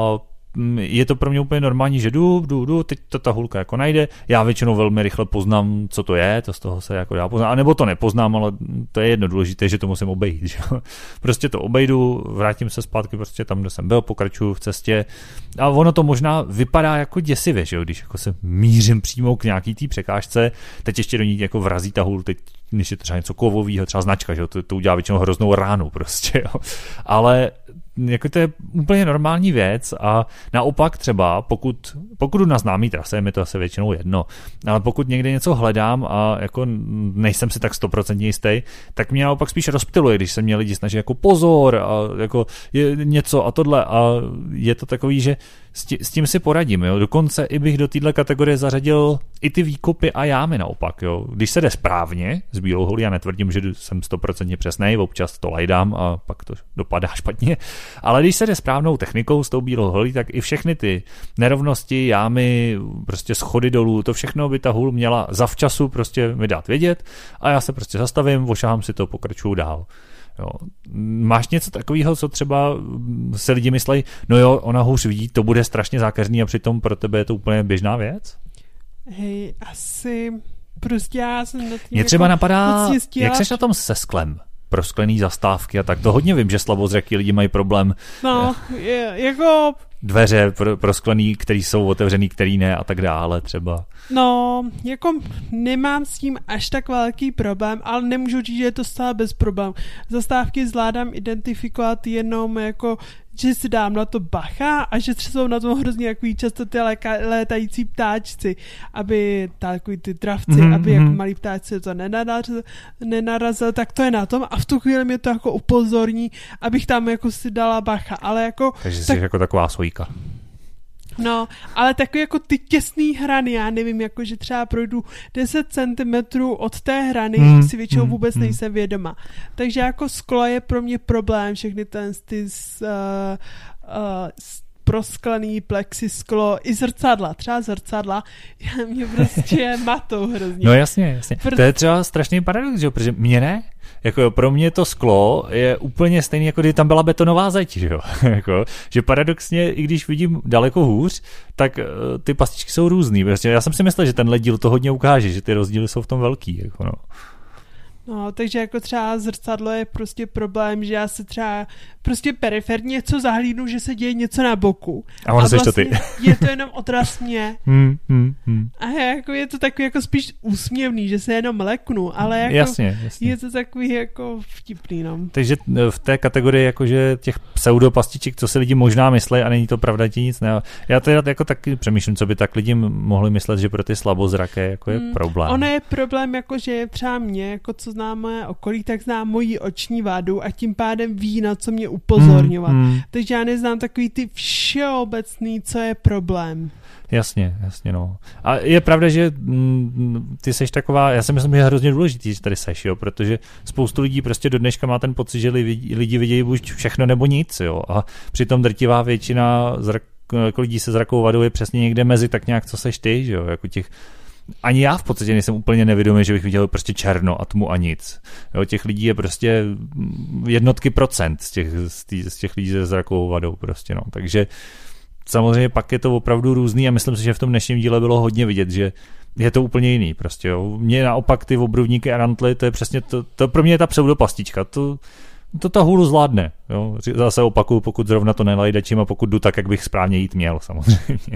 je to pro mě úplně normální, že jdu, jdu, jdu, teď to ta hulka jako najde, já většinou velmi rychle poznám, co to je, to z toho se jako dá poznat, a nebo to nepoznám, ale to je jedno důležité, že to musím obejít, že? Prostě to obejdu, vrátím se zpátky prostě tam, kde jsem byl, pokračuju v cestě a ono to možná vypadá jako děsivě, že jo, když jako se mířím přímo k nějaký té překážce, teď ještě do ní jako vrazí ta hůl, teď když je třeba něco kovového, třeba značka, že jo, to, to udělá většinou hroznou ránu prostě, jo. Ale jako to je úplně normální věc a naopak třeba, pokud, pokud jdu na známý trase, mi to asi většinou jedno, ale pokud někde něco hledám a jako nejsem si tak stoprocentně jistý, tak mě naopak spíš rozptyluje, když se mě lidi snaží jako pozor a jako je něco a tohle a je to takový, že s tím si poradím, jo. Dokonce i bych do téhle kategorie zařadil i ty výkopy a jámy naopak, jo. Když se jde správně s bílou holí, já netvrdím, že jsem stoprocentně přesnej, občas to lajdám a pak to dopadá špatně, ale když se jde správnou technikou s tou bílou holí, tak i všechny ty nerovnosti, jámy, prostě schody dolů, to všechno by ta hůl měla zavčasu prostě mi dát vědět a já se prostě zastavím, ošahám si to, pokračuju dál. Jo. Máš něco takového, co třeba se lidi myslejí, no jo, ona hůř vidí, to bude strašně zákeřný a přitom pro tebe je to úplně běžná věc? Hej, asi prostě já jsem nad tím Mě třeba jako napadá, odstěla... jak seš na tom se sklem? Prosklený zastávky a tak, to hodně vím, že slabozraký lidi mají problém. No, je, jako... Dveře pro, prosklený, který jsou otevřený, který ne a tak dále třeba. No, jako nemám s tím až tak velký problém, ale nemůžu říct, že je to stále bez problémů. Zastávky zvládám identifikovat jenom jako, že si dám na to bacha a že jsou na tom hrozně takový často ty léka, létající ptáčci, aby takový ty dravci, mm-hmm. aby jako malí ptáčci to nenarazil, nenarazil, tak to je na tom a v tu chvíli mě to jako upozorní, abych tam jako si dala bacha, ale jako... Takže tak, jsi jako taková sojka. No, ale takový jako ty těsný hrany, já nevím, jako že třeba projdu deset centimetrů od té hrany, hmm, si většinou vůbec hmm, nejsem vědoma. Takže jako sklo je pro mě problém, všechny ten ty uh, uh, prosklený plexisklo, i zrcadla, třeba zrcadla, mě prostě matou hrozně. No jasně, jasně. Pr- to je třeba strašný paradox, že jo, protože mě ne, jako pro mě to sklo je úplně stejný, jako když tam byla betonová zeď, že jo, jako, že paradoxně, i když vidím daleko hůř, tak uh, ty pastičky jsou různý, prostě já jsem si myslel, že tenhle díl to hodně ukáže, že ty rozdíly jsou v tom velký, jako no. No, takže jako třeba zrcadlo je prostě problém, že já se třeba prostě periferně něco zahlídnu, že se děje něco na boku. A ono seš vlastně to ty. je to jenom odraz mě. Hmm, hmm, hmm. A jako je to takový jako spíš úsměvný, že se jenom leknu, ale jako jasně, jasně. je to takový jako vtipný, no. Takže v té kategorii jakože těch pseudopastiček, co si lidi možná myslí a není to pravda, ti nic ne. Já teda jako taky přemýšlím, co by tak lidi mohli myslet, že pro ty slabozraké jako je hmm, problém. Ono je problém, jako že třeba mě, jako co známe okolí, tak znám moji oční vádu a tím pádem ví, na co mě upozorňovat. Hmm, hmm. Takže já neznám takový ty všeobecný, co je problém. Jasně, jasně, no. A je pravda, že mm, ty seš taková, já si myslím, že je hrozně důležitý, že tady seš, jo, protože spoustu lidí prostě do dneška má ten pocit, že lidi, lidi vidějí buď všechno nebo nic, jo, a přitom drtivá většina zrak, jako lidí se zrakovou vadou je přesně někde mezi tak nějak, co seš ty, že jo, jako těch. Ani já v podstatě nejsem úplně nevědomý, že bych viděl prostě černo a tmu a nic. Jo, těch lidí je prostě jednotky procent z těch, z těch, z těch lidí se zrakovou vadou prostě, no. Takže samozřejmě pak je to opravdu různý a myslím si, že v tom dnešním díle bylo hodně vidět, že je to úplně jiný prostě, jo. Mně naopak ty obrubníky a rantly, to je přesně, to, to pro mě je ta pseudopastička, to, to ta hůlu zvládne, jo. Zase opakuju, pokud zrovna to nelajdačím a pokud jdu tak, jak bych správně jít měl, samozřejmě.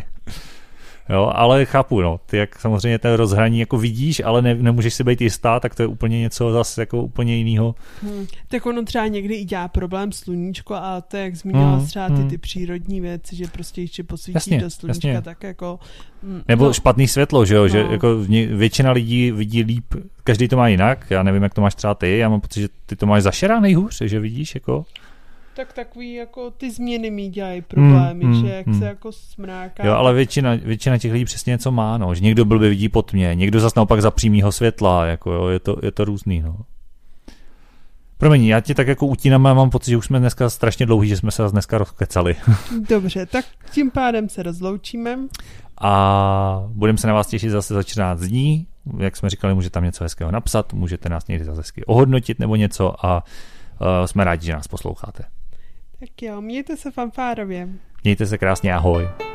Jo, ale chápu, no, ty jak samozřejmě ten rozhraní jako vidíš, ale ne, nemůžeš si být jistá, tak to je úplně něco zase jako úplně jinýho. Hmm. Tak ono třeba někdy i dělá problém sluníčko a to, jak zmínila hmm. třeba ty, ty přírodní věci, že prostě ještě posvítí jasně, do sluníčka, jasně. Tak jako... Nebo no. špatný světlo, že jo, no. Že jako většina lidí vidí líp, každý to má jinak, já nevím, jak to máš třeba ty, já mám pocit, že ty to máš zašera nejhůř, že vidíš, jako... Tak takový jako ty změny mi dělají problémy, mm, že jak mm. se jako smráká. Jo, ale většina, většina těch lidí přesně něco má, no, že někdo blbě vidí po tmě, někdo zas naopak za přímýho světla, jako jo, je to, je to různý, no. Promiň, já tě tak jako utínám a mám pocit, že už jsme dneska strašně dlouhý, že jsme se dneska rozkecali. Dobře, tak tím pádem se rozloučíme. A budeme se na vás těšit zase za čtrnáct dní, jak jsme říkali, můžete tam něco hezkého napsat, můžete nás někdy zase hezky ohodnotit nebo něco a uh, jsme rádi, že nás posloucháte. Tak jo, mějte se fanfárově. Mějte se krásně, ahoj.